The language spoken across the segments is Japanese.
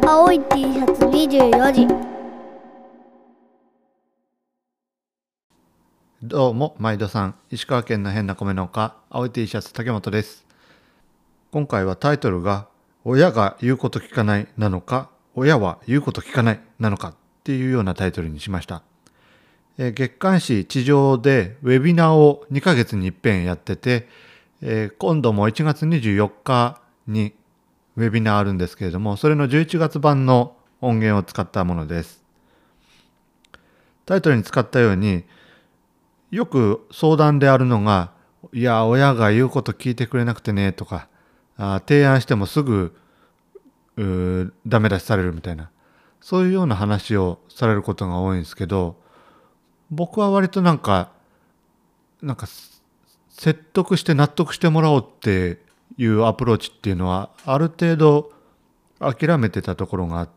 青い T シャツ24時。 どうも毎度さん、石川県の変な米農家青い T シャツ竹本です。今回はタイトルが親が言うこと聞かないなのか、親は言うこと聞かないなのかっていうようなタイトルにしました。月刊誌地上でウェビナーを2ヶ月に一遍やってて、今度も1月24日にウェビナーあるんですけれども、それの11月版の音源を使ったものです。タイトルに使ったように、よく相談であるのが、いや、親が言うこと聞いてくれなくてねとか、提案してもすぐダメ出しされるみたいな、そういうような話をされることが多いんですけど、僕は割となんか説得して納得してもらおうっていうアプローチっていうのはある程度諦めてたところがあって、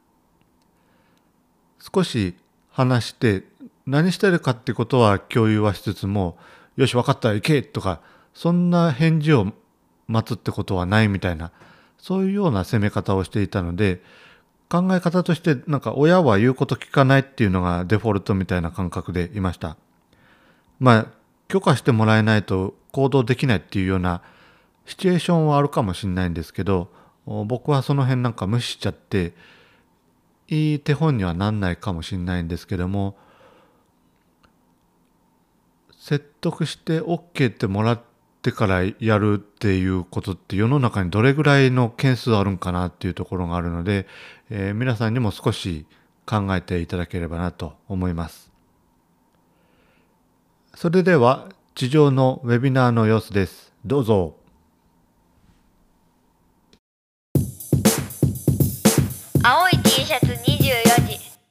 少し話して何してるかってことは共有はしつつも、よし分かった行けとか、そんな返事を待つってことはないみたいな、そういうような攻め方をしていたので、考え方として親は言うこと聞かないっていうのがデフォルトみたいな感覚でいました。許可してもらえないと行動できないっていうようなシチュエーションはあるかもしれないんですけど、僕はその辺無視しちゃっていい手本にはなんないかもしれないんですけども、説得して OK ってもらってからやるっていうことって世の中にどれぐらいの件数あるんかなっていうところがあるので、皆さんにも少し考えていただければなと思います。それでは地上のウェビナーの様子です。どうぞ。 青い T シャツ24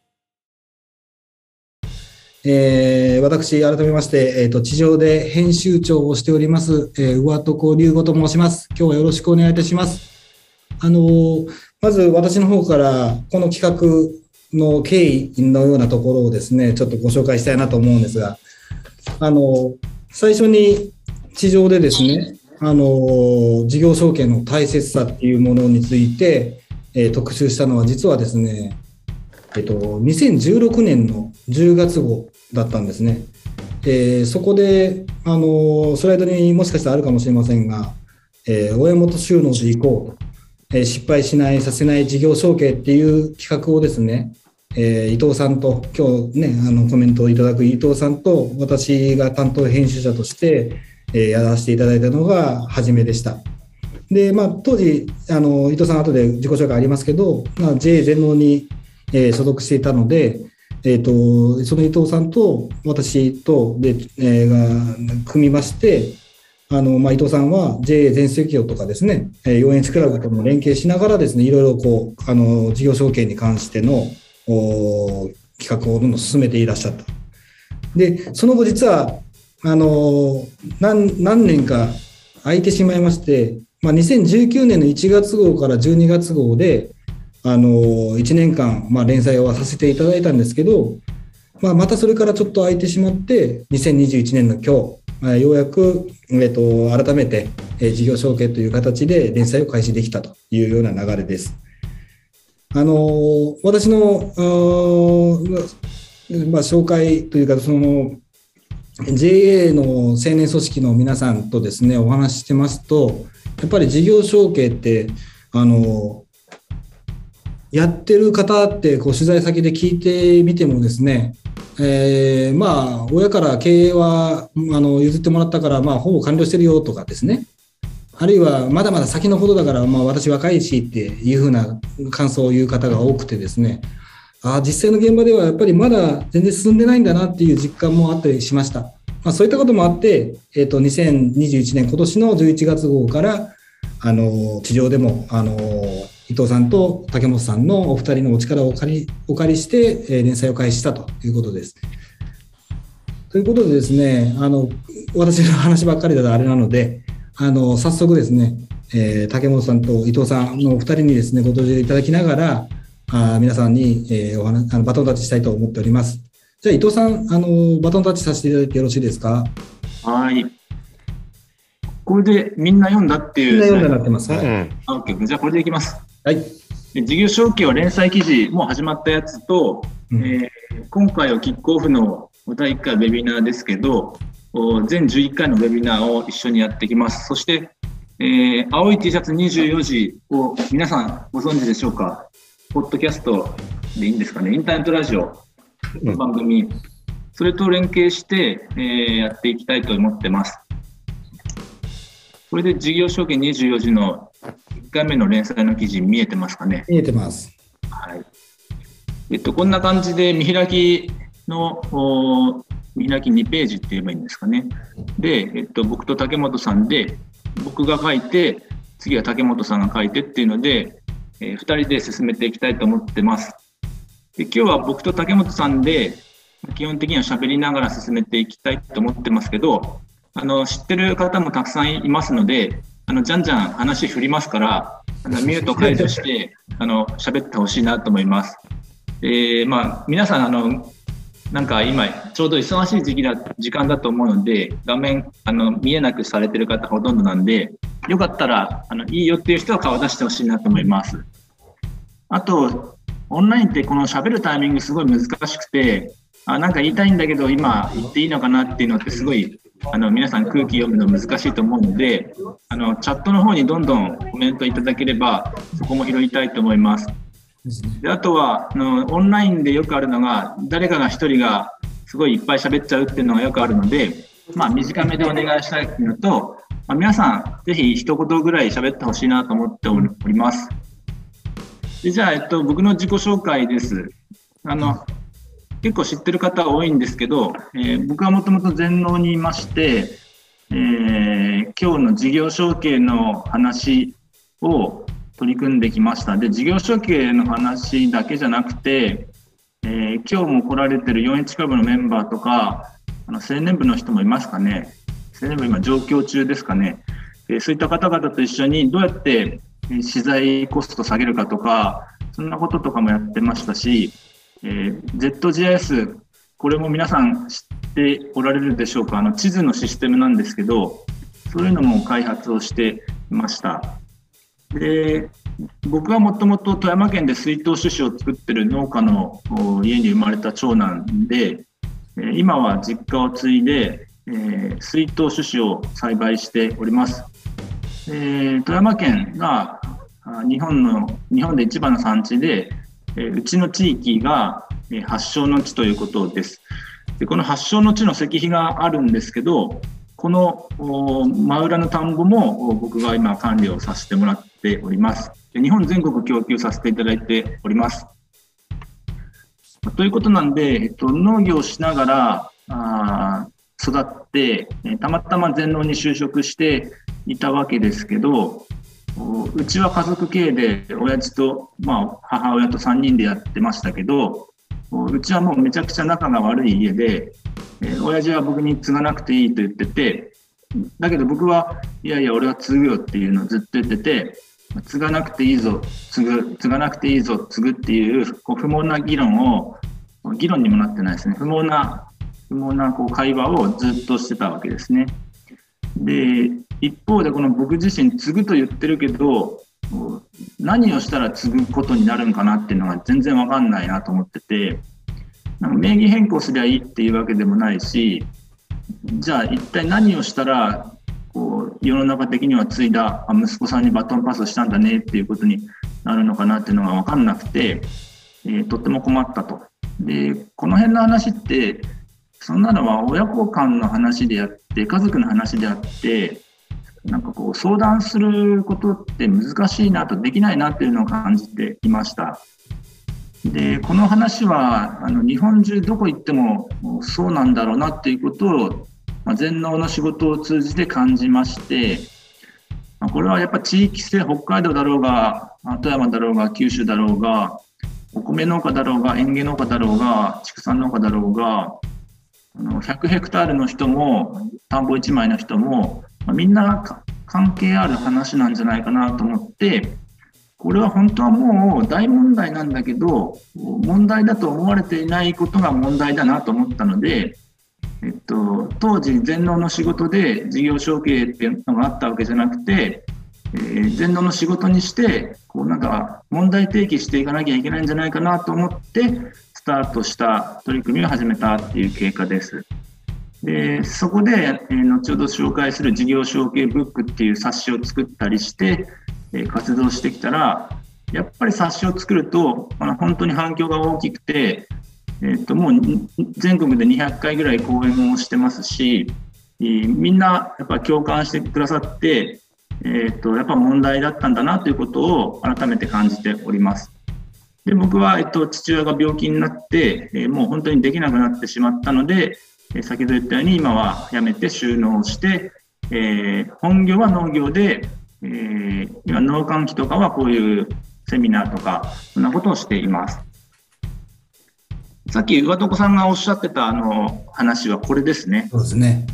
時。 私、改めまして、地上で編集長をしております、上床龍吾と申します。今日はよろしくお願いいたします。まず私の方からこの企画の経緯のようなところをですね、ちょっとご紹介したいなと思うんですが、最初に地上でですね、事業承継の大切さっていうものについて、特集したのは実はですね、2016年の10月号だったんですね。そこで、スライドにもしかしたらあるかもしれませんが、親元収納でいこう、失敗しないさせない事業承継っていう企画をですね、伊藤さんと今日ねコメントをいただく伊藤さんと私が担当編集者として、やらせていただいたのが初めでした。で、当時伊藤さん後で自己紹介ありますけど、JA 全農に所属していたので、その伊藤さんと私とで、が組みまして、伊藤さんは JA 全盛企業とかですね、養園地クラブとも連携しながらですね、いろいろ事業承継に関しての企画をどんどん進めていらっしゃった。で、その後実は何年か空いてしまいまして、2019年の1月号から12月号で1年間、連載をさせていただいたんですけど、またそれからちょっと空いてしまって、2021年の今日、ようやく、改めて、事業承継という形で連載を開始できたというような流れです。私の、紹介というか、JA の青年組織の皆さんとですね、お話ししてますと、やっぱり事業承継って、やってる方って取材先で聞いてみてもですね、親から経営は譲ってもらったから、ほぼ完了してるよとかですね、あるいはまだまだ先のことだから、私若いしっていうふうな感想を言う方が多くてですね、実際の現場ではやっぱりまだ全然進んでないんだなっていう実感もあったりしました。そういったこともあって、2021年今年の11月号から地上でも伊藤さんと竹本さんのお二人のお力をお借りして、連載を開始したということです。ということでですね、私の話ばっかりだとあれなので、早速ですね、竹本さんと伊藤さんのお二人にですね、ご登場いただきながら、皆さんに、バトンタッチしたいと思っております。じゃあ伊藤さん、バトンタッチさせていただいてよろしいですか？ はい。これでみんな読んだっていう。 みんな読んだなってます。はい。 OK。じゃあこれでいきます。 はい。 で事業承継は連載記事もう始まったやつと、今回はキックオフの第1回ウェビナーですけど、全11回のウェビナーを一緒にやってきます。そして、青い T シャツ24時を皆さんご存知でしょうか。ポッドキャストでいいんですかね、インターネットラジオの番組、それと連携して、やっていきたいと思ってます。これで事業承継24時の1回目の連載の記事見えてますかね。 見えてます。 はい。こんな感じで見開き2ページって言えばいいんですかね。で、僕と竹本さんで、僕が書いて、次は竹本さんが書いてっていうので、2人で進めていきたいと思ってます。で、今日は僕と竹本さんで、基本的には喋りながら進めていきたいと思ってますけど、知ってる方もたくさんいますので、じゃんじゃん話振りますから、ミュート解除して、喋ってほしいなと思います。皆さん、なんか今、ちょうど忙しい時間だと思うので、画面、見えなくされてる方ほとんどなんで、よかったら、いいよっていう人は顔出してほしいなと思います。あと、オンラインってこの喋るタイミングすごい難しくて、なんか言いたいんだけど、今言っていいのかなっていうのってすごい、皆さん空気読むの難しいと思うので、チャットの方にどんどんコメントいただければ、そこも拾いたいと思います。で、あとはオンラインでよくあるのが、誰かが一人がすごいいっぱい喋っちゃうっていうのがよくあるので、短めでお願いしたいのと、皆さんぜひ一言ぐらい喋ってほしいなと思っております。で、じゃあ、僕の自己紹介です。結構知ってる方多いんですけど、僕はもともと全農にいまして、今日の事業承継の話を取り組んできました。で、事業承継の話だけじゃなくて、今日も来られてる 4H クラブのメンバーとか、青年部の人もいますかね。青年部今上京中ですかね。そういった方々と一緒にどうやって資材コスト下げるかとか、そんなこととかもやってましたし、ZGIS、これも皆さん知っておられるでしょうか。地図のシステムなんですけど、そういうのも開発をしていました。で、僕はもともと富山県で水筒種子を作ってる農家の家に生まれた長男で、今は実家を継いで、水筒種子を栽培しております。富山県が日本で一番の産地で、うちの地域が発祥の地ということです。で、この発祥の地の石碑があるんですけど、この真裏の田んぼも僕が今管理をさせてもらっております。日本全国供給させていただいております。ということなんで、農業をしながら育って、たまたま全農に就職していたわけですけど、うちは家族経営で親父と、母親と3人でやってましたけど、うちはもうめちゃくちゃ仲が悪い家で、親父は僕に継がなくていいと言ってて、だけど僕はいやいや俺は継ぐよっていうのをずっと言ってて、継がなくていいぞ継がなくていいぞ継ぐっていう不毛な議論にもなってないですね。不毛な会話をずっとしてたわけですね。で、一方でこの僕自身継ぐと言ってるけど、何をしたら継ぐことになるんかなっていうのが全然わかんないなと思ってて、名義変更すりゃいいっていうわけでもないし、じゃあ一体何をしたら世の中的には継いだ息子さんにバトンパスしたんだねっていうことになるのかなっていうのが分かんなくて、とっても困ったと。で、この辺の話ってそんなのは親子間の話であって家族の話であって、なんか相談することって難しいなと、できないなっていうのを感じていました。で、この話は日本中どこ行ってもそうなんだろうなっていうことを、全農の仕事を通じて感じまして、これはやっぱ地域性、北海道だろうが富山だろうが九州だろうがお米農家だろうが園芸農家だろうが畜産農家だろうが100ヘクタールの人も田んぼ1枚の人もみんな関係ある話なんじゃないかなと思って、これは本当はもう大問題なんだけど、問題だと思われていないことが問題だなと思ったので、当時全農の仕事で事業承継っていうのがあったわけじゃなくて、 全農の仕事にして、こうなんか問題提起していかなきゃいけないんじゃないかなと思ってスタートした取り組みを始めたっていう経過です。でそこで、後ほど紹介する事業承継ブックっていう冊子を作ったりして、活動してきたら、やっぱり冊子を作ると本当に反響が大きくて、もう全国で200回ぐらい講演をしてますし、みんなやっぱ共感してくださって、やっぱ問題だったんだなということを改めて感じております。で僕は、父親が病気になって、もう本当にできなくなってしまったので、先ほど言ったように今は辞めて収納して、本業は農業で、今農閑期とかはこういうセミナーとかそんなことをしています。さっき上床さんがおっしゃってた話はこれですね。 そうですね。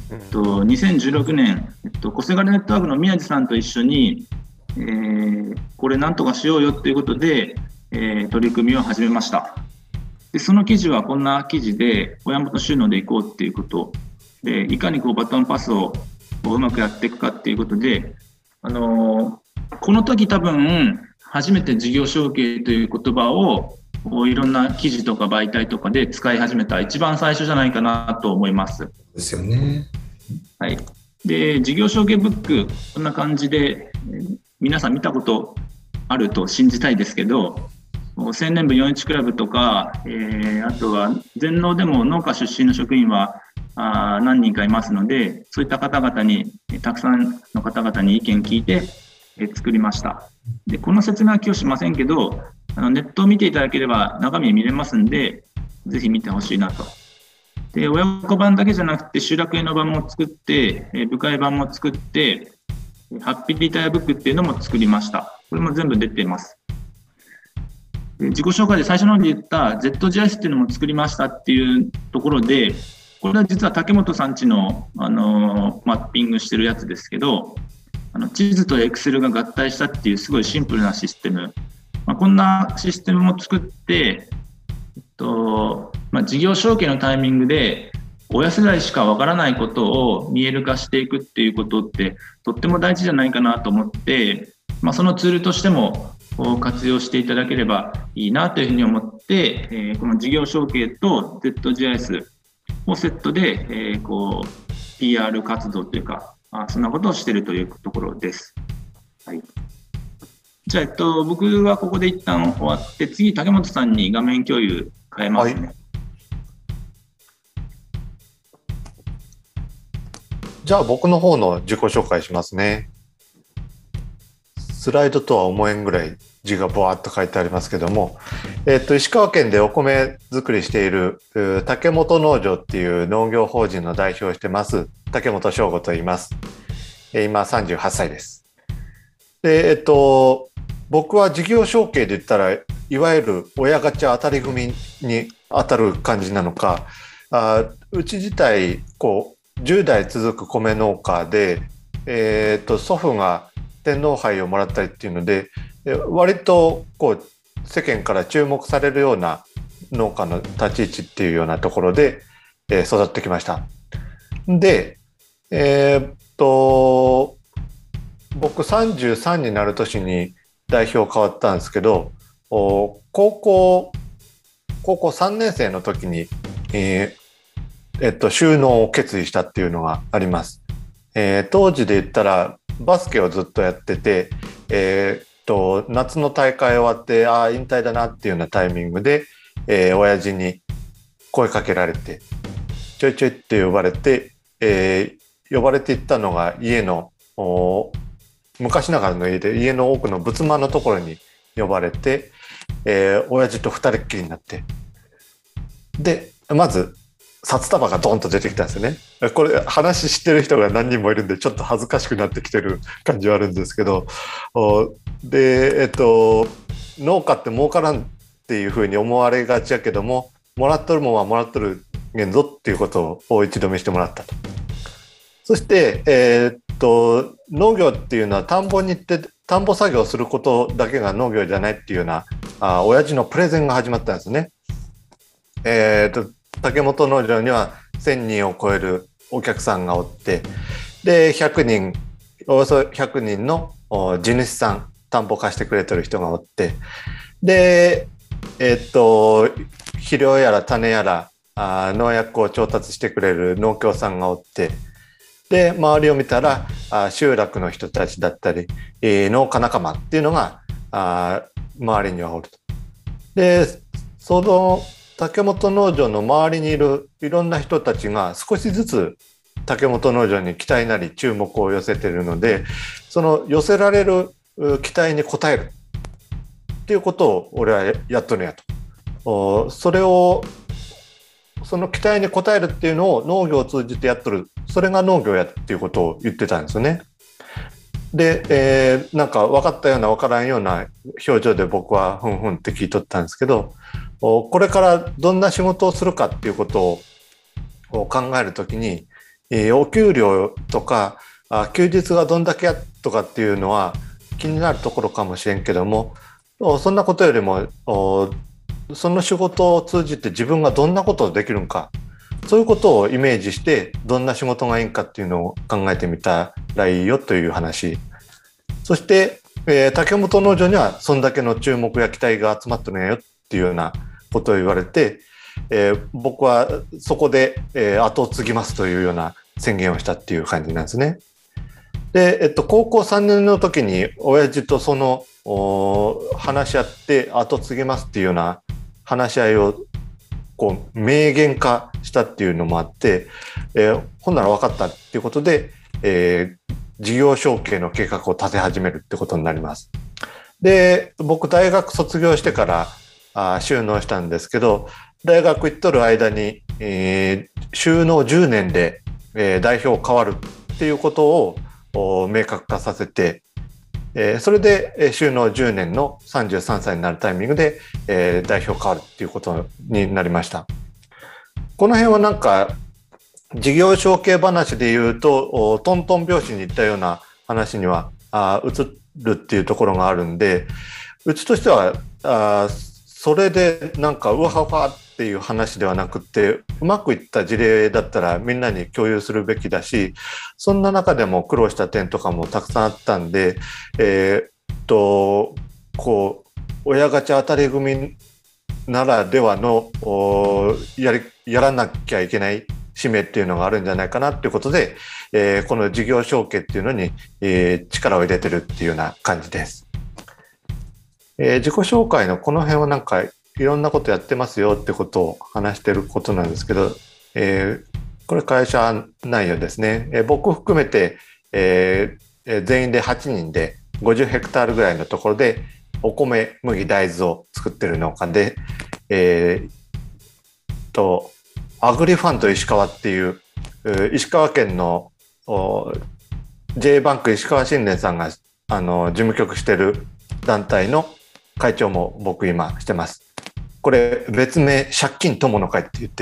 2016年、小せがれネットワークの宮地さんと一緒に、これなんとかしようよということで、取り組みを始めました。でその記事はこんな記事で、親元収納でいこうっていうことで、いかにこうバトンパスをうまくやっていくかっていうことで、この時多分初めて事業承継という言葉をいろんな記事とか媒体とかで使い始めた一番最初じゃないかなと思います。 ですよね。 はい。で事業承継ブックこんな感じで皆さん見たことあると信じたいですけど、青年部41クラブとか、あとは全農でも農家出身の職員は何人かいますので、そういった方々にたくさんの方々に意見聞いて作りました。でこの説明は今日しませんけど、ネットを見ていただければ中身見れますんで、ぜひ見てほしいなと。で親子版だけじゃなくて集落への版も作って、部会版も作って、ハッピーリタイアブックっていうのも作りました。これも全部出ています。自己紹介で最初の方で言った ZGIS っていうのも作りましたっていうところで、これは実は竹本さんちの、マッピングしてるやつですけど、地図と Excel が合体したっていうすごいシンプルなシステム、こんなシステムも作って、事業承継のタイミングで親世代しかわからないことを見える化していくっていうことってとっても大事じゃないかなと思って、そのツールとしても活用していただければいいなというふうに思って、この事業承継と ZGIS をセットで、PR 活動というか、そんなことをしているというところです。はい、じゃあ、僕はここで一旦終わって、次竹本さんに画面共有変えますね。はい、 じゃあ僕の方の自己紹介しますね。スライドとは思えんぐらい字がぼわっと書いてありますけども、石川県でお米作りしている竹本農場っていう農業法人の代表をしてます竹本翔吾と言います。今38歳です。で、僕は事業承継で言ったらいわゆる親ガチャ当たり組に当たる感じなのか、うち自体10代続く米農家で、祖父が天皇杯をもらったりっていうので、割と世間から注目されるような農家の立ち位置っていうようなところで、育ってきました。で、僕33になる年に代表変わったんですけど、高校3年生の時に、就農を決意したっていうのがあります。当時で言ったらバスケをずっとやってて、夏の大会終わって引退だなっていうようなタイミングで、親父に声かけられてちょいちょいって呼ばれて、呼ばれていったのが家の昔ながらの家で家の奥の仏間のところに呼ばれて、親父と二人っきりになって、でまず札束がドンと出てきたんですよね。これ話知ってる人が何人もいるんでちょっと恥ずかしくなってきてる感じはあるんですけど、で農家って儲からんっていうふうに思われがちやけども、もらっとるもんはもらっとるげんぞっていうことを一度見せてもらったと。そして、農業っていうのは田んぼに行って田んぼ作業することだけが農業じゃないっていうような親父のプレゼンが始まったんですね。竹本農場には1000人を超えるお客さんがおって、でおよそ100人の地主さん、田んぼ貸してくれてる人がおって、で、肥料やら種やら農薬を調達してくれる農協さんがおって、で周りを見たら集落の人たちだったり、農家仲間っていうのが周りにはおると。でその竹本農場の周りにいるいろんな人たちが少しずつ竹本農場に期待なり注目を寄せているので、その寄せられる期待に応えるっていうことを俺はやっとるんやと。その期待に応えるっていうのを農業を通じてやっとる、それが農業やっていうことを言ってたんですよね。で、なんか分かったような分からんような表情で僕はふんふんって聞いとったんですけど、これからどんな仕事をするかっていうことを考えるときに、お給料とか休日がどんだけやとかっていうのは気になるところかもしれんけども、そんなことよりもその仕事を通じて自分がどんなことをできるのか、そういうことをイメージしてどんな仕事がいいかっていうのを考えてみたらいいよという話。そして、竹本農場にはそんだけの注目や期待が集まってるんやよっていうようなことを言われて、僕はそこで、後を継ぎますというような宣言をしたっていう感じなんですね。で、高校3年の時に親父とその話し合って後継ぎますっていうような話し合いをこう明言化したっていうのもあって、ほんなら分かったっていうことで、事業承継の計画を立て始めるってことになります。で、僕大学卒業してから就農したんですけど、大学行っとる間に、就農10年で、代表変わるっていうことを明確化させて、それで就農10年の33歳になるタイミングで、代表変わるっていうことになりました。この辺はなんか事業承継話で言うとトントン拍子にいったような話には移るっていうところがあるんで、うちとしてはそれでなんかうわはわっていう話ではなくて、うまくいった事例だったらみんなに共有するべきだし、そんな中でも苦労した点とかもたくさんあったんで、こう親ガチャ当たり組ならではのやらなきゃいけない使命っていうのがあるんじゃないかなっていうことで、この事業承継っていうのに、力を入れてるっていうような感じです。自己紹介のこの辺はなんかいろんなことやってますよってことを話してることなんですけど、これ会社内容ですね。僕含めて、全員で8人で50ヘクタールぐらいのところでお米、麦、大豆を作ってる農家で、アグリファンド石川っていう石川県のJ バンク石川新連さんが事務局してる団体の会長も僕今してます。これ別名借金友の会って言って、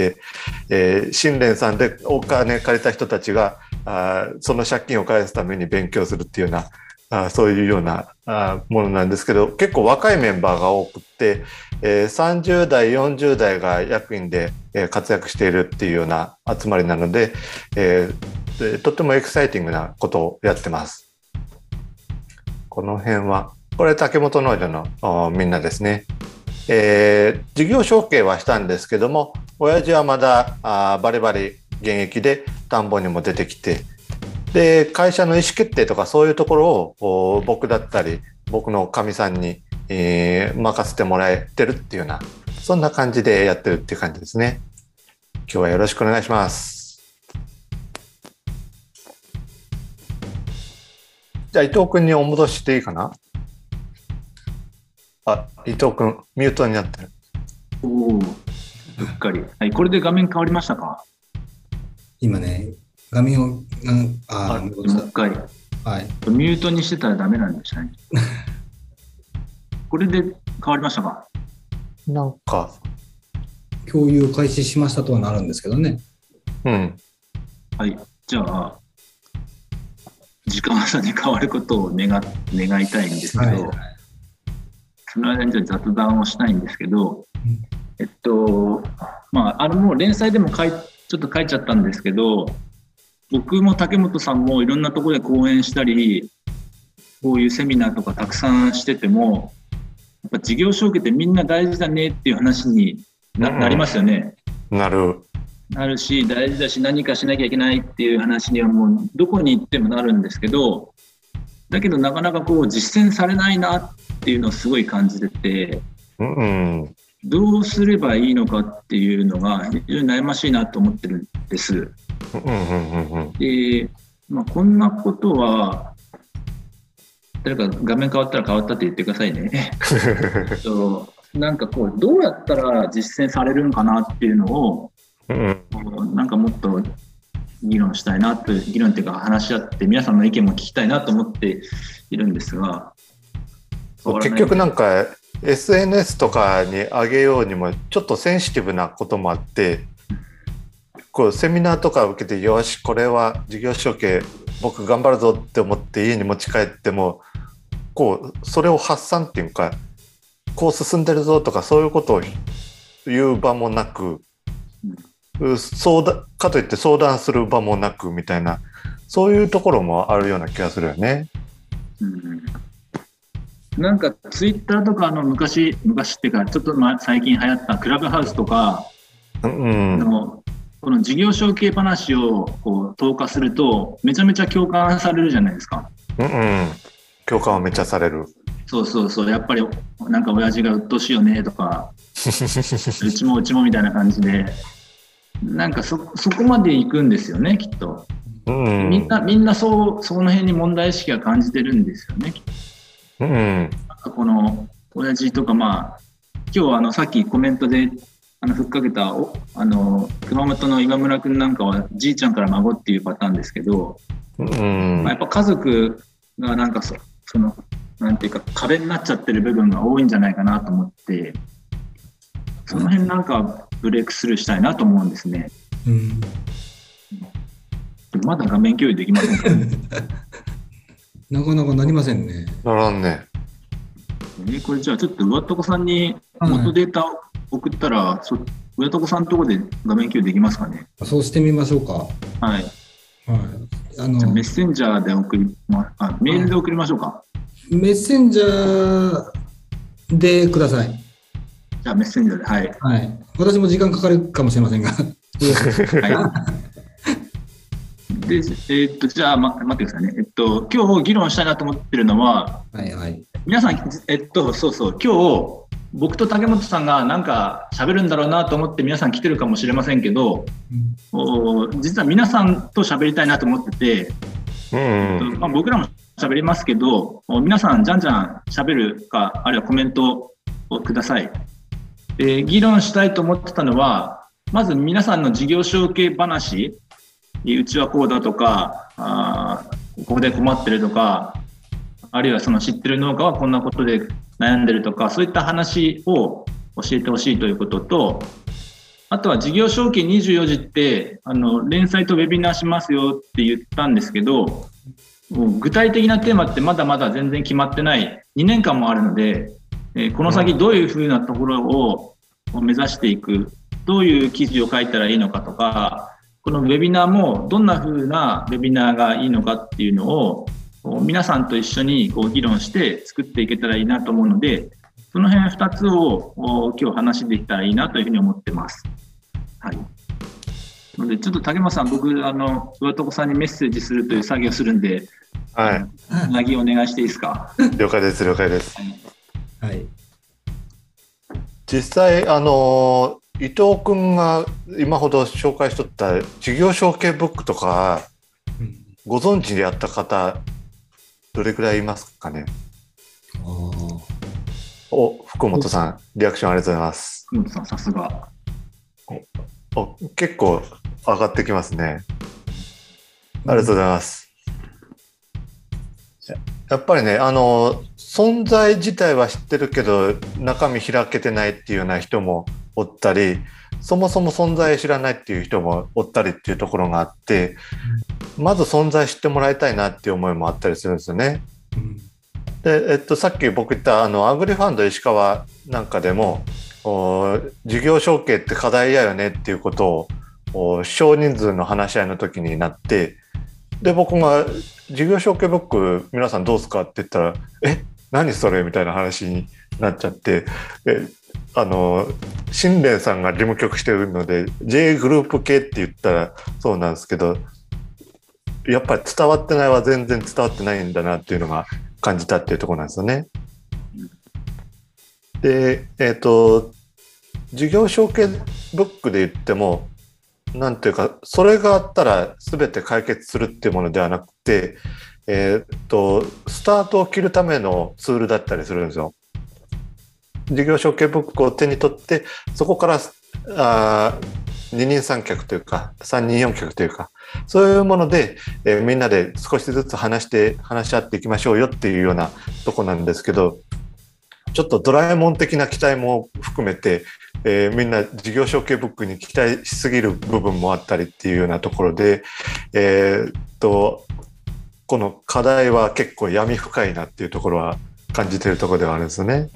新連さんでお金借りた人たちがその借金を返すために勉強するっていうようなそういうようなものなんですけど、結構若いメンバーが多くって、30代40代が役員で活躍しているっていうような集まりなので、とってもエキサイティングなことをやってます。この辺はこれ竹本農場のみんなですね。事業承継はしたんですけども、親父はまだバリバリ現役で田んぼにも出てきて、で会社の意思決定とかそういうところを僕だったり僕のかみさんに、任せてもらえてるっていうような、そんな感じでやってるっていう感じですね。今日はよろしくお願いします。じゃあ伊藤君にお戻ししていいかな。伊藤君ミュートになってる。 おお、うっかり。はい、これで画面変わりましたか？ 今ね、画面をもう一回、 はい、 ミュートにしてたらダメなんでしたね。これで変わりましたか？ なんか共有開始しましたとはなるんですけどね。 うん。 はい、じゃあ時間差に変わることを願いたいんですけど、はい、その間にじゃあ雑談をしたいんですけど、もう連載でもちょっと書いちゃったんですけど、僕も竹本さんもいろんなところで講演したり、 こういうセミナーとかたくさんしてても、やっぱ事業承継ってみんな大事だねっていう話に なりますよね。 なるし、大事だし、何かしなきゃいけないっていう話にはもうどこに行ってもなるんですけど、だけどなかなかこう実践されないなっていうのをすごい感じてて、どうすればいいのかっていうのが非常に悩ましいなと思ってるんです。で、こんなことは、誰か画面変わったら変わったって言ってくださいね。なんかこう、どうやったら実践されるのかなっていうのを、なんかもっと議論したいなと、議論っていうか話し合って皆さんの意見も聞きたいなと思っているんですが、 結局なんか SNS とかに上げようにもちょっとセンシティブなこともあって、こうセミナーとか受けて、よしこれは事業承継僕頑張るぞって思って家に持ち帰っても、こうそれを発散っていうか、こう進んでるぞとかそういうことを言う場もなく、かといって相談する場もなくみたいな、そういうところもあるような気がするよね。 なんかツイッターとか昔っていうかちょっと最近流行ったクラブハウスとか、この事業承継話をこう投下するとめちゃめちゃ共感されるじゃないですか。 共感はめっちゃされる。 そうやっぱりなんか親父が鬱陶しいよねとかうちもみたいな感じで、なんかそこまで行くんですよね、きっと。みんなその辺に問題意識が感じてるんですよね、きっと。なんかこの親父とか、今日さっきコメントでふっかけた熊本の今村君なんかはじいちゃんから孫っていうパターンですけど、やっぱ家族がなんかそのなんていうか壁になっちゃってる部分が多いんじゃないかなと思って、その辺なんかブレイクスルーしたいなと思うんですね。まだ画面共有できませんか？ なかなかなりませんね。 ならんね。 これじゃあちょっと上床さんに元データを送ったら、上床さんのところで画面共有できますかね？ そうしてみましょうか。 はい。じゃあメッセンジャーでメールで送りましょうか。 メッセンジャーでください。 じゃあメッセンジャーで、はい。 私も時間かかるかもしれませんが。 で、じゃあ、待ってくださいね。今日議論したいなと思ってるのは、皆さん、今日、僕と竹本さんがなんか喋るんだろうなと思って皆さん来てるかもしれませんけど、実は皆さんと喋りたいなと思ってて、僕らも喋りますけど、皆さんじゃんじゃん喋るか、あるいはコメントをください。議論したいと思ってたのは、まず皆さんの事業承継話、うちはこうだとか、ここで困ってるとか、あるいはその知ってる農家はこんなことで悩んでるとか、そういった話を教えてほしいということと、あとは事業承継24時って連載とウェビナーしますよって言ったんですけど、具体的なテーマってまだまだ全然決まってない2年間もあるので、この先どういうふうなところを目指していく、どういう記事を書いたらいいのかとか、このウェビナーもどんなふうなウェビナーがいいのかっていうのを皆さんと一緒に議論して作っていけたらいいなと思うので、その辺2つを今日話できたらいいなというふうに思ってます。はい。なのでちょっと竹本さん、僕上床さんにメッセージするという作業するんで、つなぎお願いしていいですか？ 了解です。 はい。 実際伊藤君が今ほど紹介しとった事業承継ブックとか、ご存知でやった方どれくらいいますかね？福本さん、リアクションありがとうございます。 福本さん、さすが。 結構上がってきますね。ありがとうございます。やっぱりね、存在自体は知ってるけど中身開けてないっていうような人もおったり、そもそも存在知らないっていう人もおったりっていうところがあって、まず存在知ってもらいたいなっていう思いもあったりするんですよね。で、さっき僕言ったアグリファンド石川なんかでも事業承継って課題やよねっていうことを少人数の話し合いの時になって、 で僕が事業承継ブック皆さんどうすかって言ったら何それみたいな話になっちゃって、新連さんが事務局してるので J グループ系って言ったらそうなんですけど、やっぱり伝わってないは全然伝わってないんだなっていうのが感じたっていうところなんですよね。で、事業承継ブックで言ってもなんていうか、それがあったら全て解決するっていうものではなくて、スタートを切るためのツールだったりするんですよ。事業承継ブックを手に取って、そこから二人三脚というか三人四脚というか、そういうもので、みんなで少しずつ話し合っていきましょうよっていうようなとこなんですけど、ちょっとドラえもん的な期待も含めて、みんな事業承継ブックに期待しすぎる部分もあったりっていうようなところで、この課題は結構闇深いなっていうところは感じているところではあるんですよね。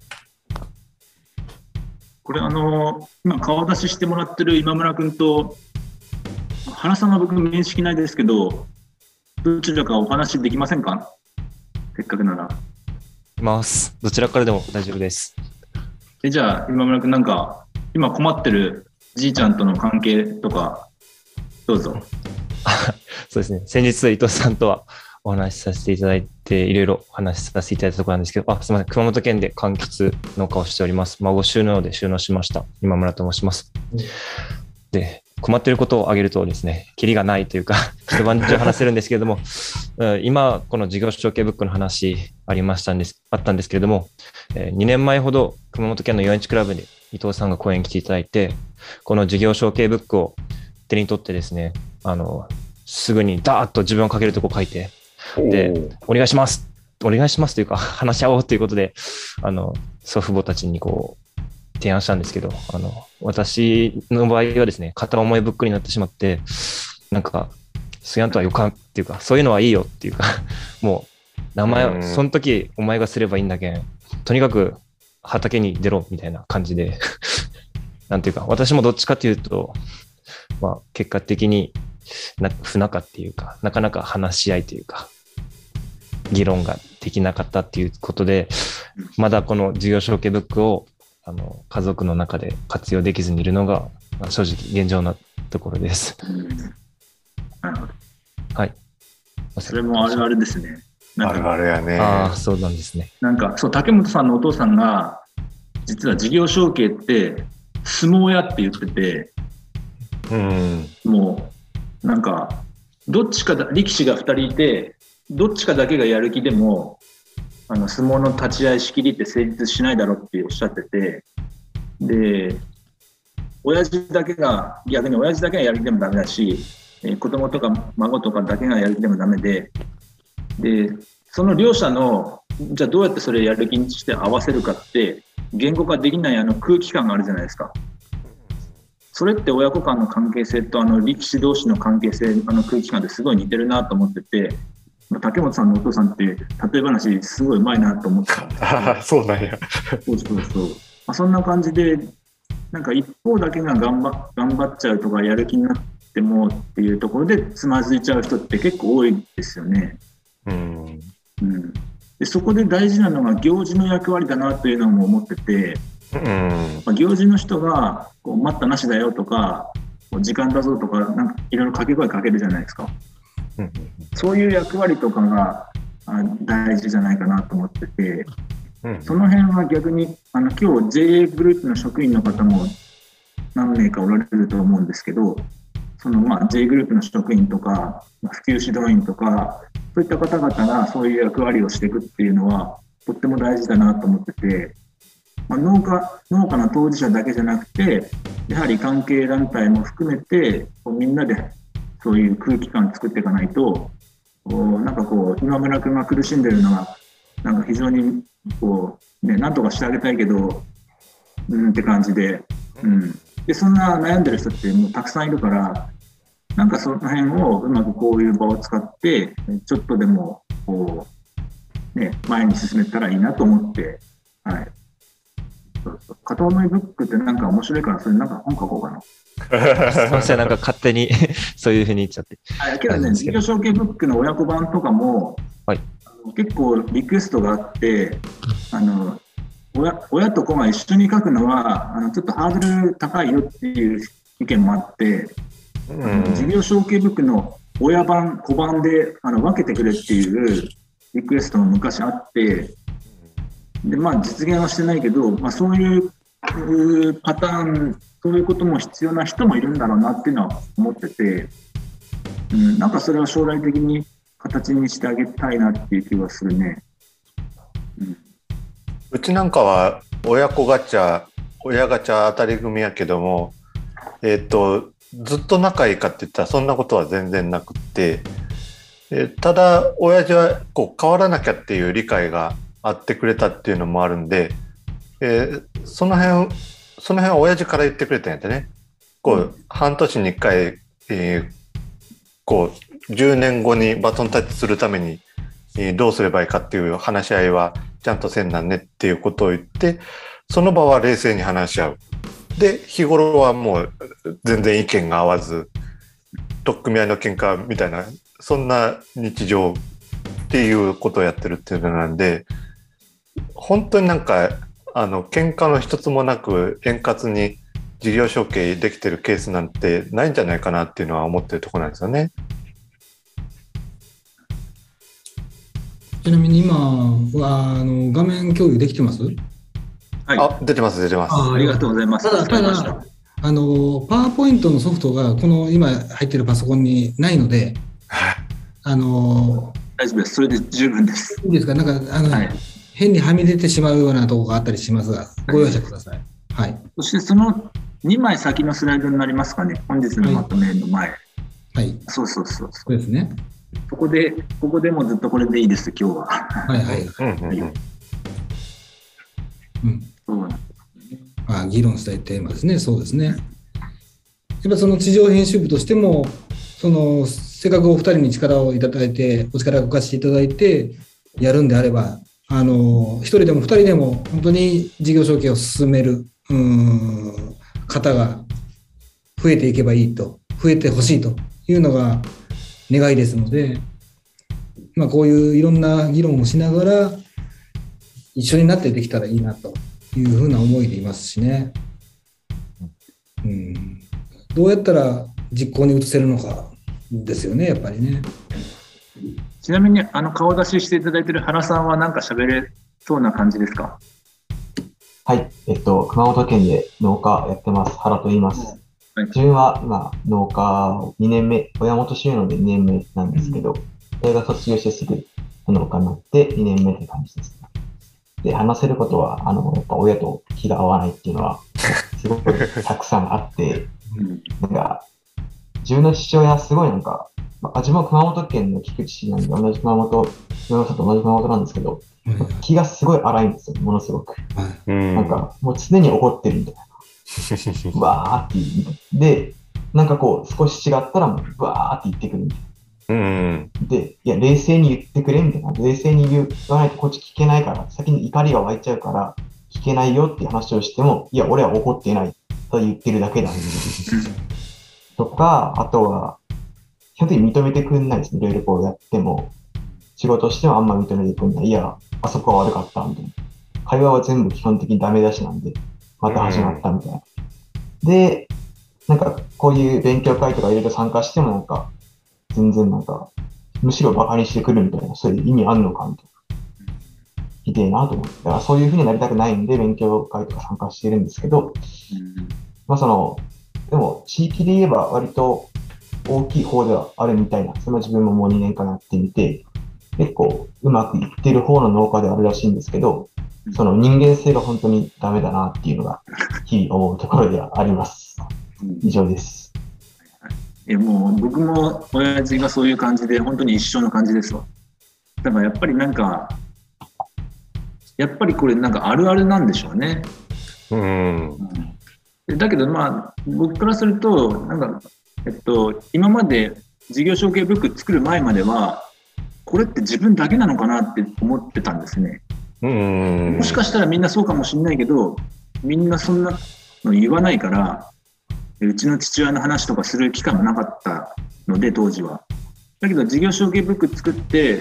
これ今顔出ししてもらってる今村君と原さんは僕面識ないですけど、どちらかお話できませんか？せっかくなら。 どちらからでも大丈夫です。 じゃあ今村君、なんか今困ってるじいちゃんとの関係とかどうぞ。 そうですね、先日伊藤さんとはお話しさせていただいて、いろいろお話しさせていただいたところなんですけど、すみません、熊本県で柑橘農家をしております。孫収納で収納しました今村と申します。で、困っていることを挙げるとですね、キリがないというか一晩中話せるんですけれども今この事業承継ブックの話あったんですけれども、2年前ほど熊本県の4Hクラブで伊藤さんが講演に来ていただいて、この事業承継ブックを手に取ってですね、すぐにダーッと自分を書けるとこ書いて、でお願いしますというか話し合おうということで祖父母たちにこう提案したんですけど、私の場合はですね、片思いブックになってしまって、なんかそうやんとはよかんっていうか、そういうのはいいよっていうかもう名前その時お前がすればいいんだけん、とにかく畑に出ろみたいな感じでなんていうか、私もどっちかというと、結果的に不仲っていうか、なかなか話し合いというか議論ができなかったっていうことで、まだこの事業承継ブックを家族の中で活用できずにいるのが正直現状なところです。 なるほど。 はい。 それもあるあるですね。 あるあるやね。 そうなんですね。 なんかそう、竹本さんのお父さんが実は事業承継って相撲屋って言ってて、もうなんかどっちか力士が2人いて、どっちかだけがやる気でも相撲の立ち合い仕切りって成立しないだろうっておっしゃってて、で逆に親父だけがやる気でもダメだし、子供とか孫とかだけがやる気でもダメで、その両者のじゃあどうやってそれやる気にして合わせるかって言語化できない空気感があるじゃないですか。それって親子間の関係性と力士同士の関係性、空気感ってすごい似てるなと思ってて、竹本さんのお父さんって例え話すごいうまいなと思ってた。 そうなんや。 そう。そんな感じで、なんか一方だけが頑張っちゃうとかやる気になってもっていうところでつまずいちゃう人って結構多いですよね。でそこで大事なのが行事の役割だなというのも思ってて、行事の人がこう待ったなしだよとか時間だぞとか、なんかいろいろ掛け声かけるじゃないですか。そういう役割とかが大事じゃないかなと思ってて、その辺は逆に今日 JA グループの職員の方も何名かおられると思うんですけど、そのJA グループの職員とか普及指導員とかそういった方々がそういう役割をしていくっていうのはとっても大事だなと思ってて、農家の当事者だけじゃなくて、やはり関係団体も含めてみんなでそういう空気感を作っていかないと、なんか今村君が苦しんでるのはなんか非常になんとかしてあげたいけどって感じで、でそんな悩んでる人ってもうたくさんいるから、なんかその辺をうまくこういう場を使ってちょっとでも前に進めたらいいなと思って、 片思いブックってなんか面白いから、それなんか本書こうかな。 すいません、なんか勝手にそういうふうに言っちゃって。 けどね、事業承継ブックの親子版とかも、 はい、 結構リクエストがあって、親と子が一緒に書くのはちょっとハードル高いよっていう意見もあって、事業承継ブックの親版、子版で分けてくれっていうリクエストも昔あって、で実現はしてないけど、そういうパターン、そういうことも必要な人もいるんだろうなっていうのは思ってて、なんかそれは将来的に形にしてあげたいなっていう気がするね。 うちなんかは親子ガチャ、親ガチャ当たり組やけども、ずっと仲いいかって言ったらそんなことは全然なくって、ただ親父はこう変わらなきゃっていう理解があってくれたっていうのもあるんで、その辺は親父から言ってくれたんやってね。こう半年に1回、こう10年後にバトンタッチするために、どうすればいいかっていう話し合いはちゃんとせんなんねっていうことを言って、その場は冷静に話し合う。で、日頃はもう全然意見が合わず、取っ組み合いの喧嘩みたいな、そんな日常っていうことをやってるっていうのなんで、本当になんか喧嘩の一つもなく円滑に事業承継できてるケースなんてないんじゃないかなっていうのは思ってるところなんですよね。 ちなみに今は画面共有できてます？ はい、 出てます。 ありがとうございます。 ただパワーポイントのソフトがこの今入ってるパソコンにないので、 大丈夫です。それで十分です。 いいですか？なんかはい、変にはみ出てしまうようなところがあったりしますが、ご容赦ください。はい。 そしてその2枚先のスライドになりますかね。本日のまとめの前。はい。そう。 そうですね。 ここでもずっとこれでいいです、今日は。 議論したいテーマですね。そうですね。やっぱその地上編集部としても、せっかくお二人に力をいただいて、お力を貸していただいてやるんであれば、一人でも二人でも本当に事業承継を進める方が増えていけばいいと、増えてほしいというのが願いですので、こういういろんな議論をしながら一緒になってできたらいいなというふうな思いでいますしね。どうやったら実行に移せるのかですよね、やっぱりね。 ちなみに顔出ししていただいている原さんは何か喋れそうな感じですか？ はい、熊本県で農家やってます。原と言います。自分は今農家2年目、親元収納で2年目なんですけど、大学卒業してすぐ農家になって2年目って感じです。で、話せることはやっぱ親と気が合わないっていうのはすごくたくさんあって、なんか自分の父親はすごいなんか、自分は熊本県の菊池市なんで同じ熊本なんですけど、気がすごい荒いんですよ、ものすごく。なんかもう常に怒ってるみたいな。わーって言う。で、なんかこう少し違ったらもうわーって言ってくるみたいな。で、いや、冷静に言ってくれみたいな。冷静に言わないとこっち聞けないから、先に怒りが湧いちゃうから聞けないよっていう話をしても、いや、俺は怒ってないと言ってるだけだ。とか、あとは、基本的に認めてくんないですね。いろいろこうやっても、仕事してもあんま認めてくんない。いや、あそこは悪かったみたいな。会話は全部基本的にダメ出しなんで、また始まったみたいな。で、なんかこういう勉強会とかいろいろ参加してもなんか、全然なんか、むしろバカにしてくるみたいな、そういう意味あんのかみたいな。ひでえなと思って。だからそういう風になりたくないんで、勉強会とか参加してるんですけど、でも地域で言えば割と大きい方ではあるみたいな。その自分ももう2年間やってみて、結構うまくいってる方の農家であるらしいんですけど、その人間性が本当にダメだなっていうのが日々思うところではあります。以上です。 もう僕も親父がそういう感じで本当に一緒の感じですわ。だからやっぱりなんかやっぱりこれなんかあるあるなんでしょうね。だけど僕からするとなんか今まで事業承継ブック作る前まではこれって自分だけなのかなって思ってたんですね。もしかしたらみんなそうかもしれないけどみんなそんなの言わないから、うちの父親の話とかする機会もなかったので、当時は。だけど事業承継ブック作って、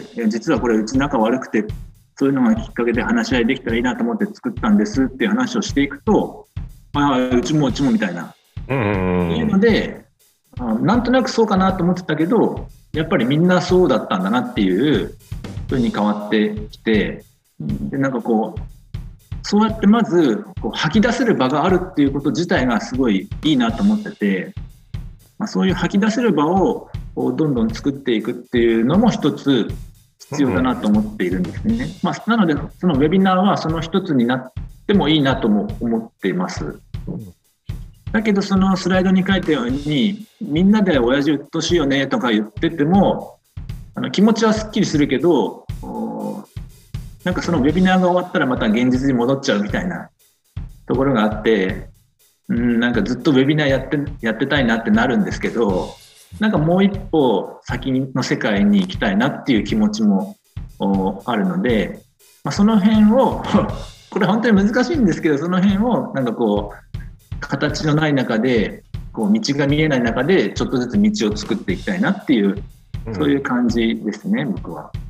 実はこれうち仲悪くて、そういうのがきっかけで話し合いできたらいいなと思って作ったんですっていう話をしていくと、うちもみたいな。いうので、なんとなくそうかなと思ってたけど、やっぱりみんなそうだったんだなっていう風に変わってきて、でなんかこうそうやってまずこう吐き出せる場があるっていうこと自体がすごいいいなと思ってて、そういう吐き出せる場をどんどん作っていくっていうのも一つ必要だなと思っているんですね。なのでそのウェビナーはその一つになってもいいなとも思っています。だけどそのスライドに書いたように、みんなで親父うっとしいよねとか言ってても気持ちはすっきりするけど、なんかそのウェビナーが終わったらまた現実に戻っちゃうみたいなところがあって、なんかずっとウェビナーやってたいなってなるんですけど、なんかもう一歩先の世界に行きたいなっていう気持ちもあるので、その辺をこれ本当に難しいんですけど、その辺をなんかこう形のない中で、こう道が見えない中でちょっとずつ道を作っていきたいなっていう、そういう感じですね、僕は。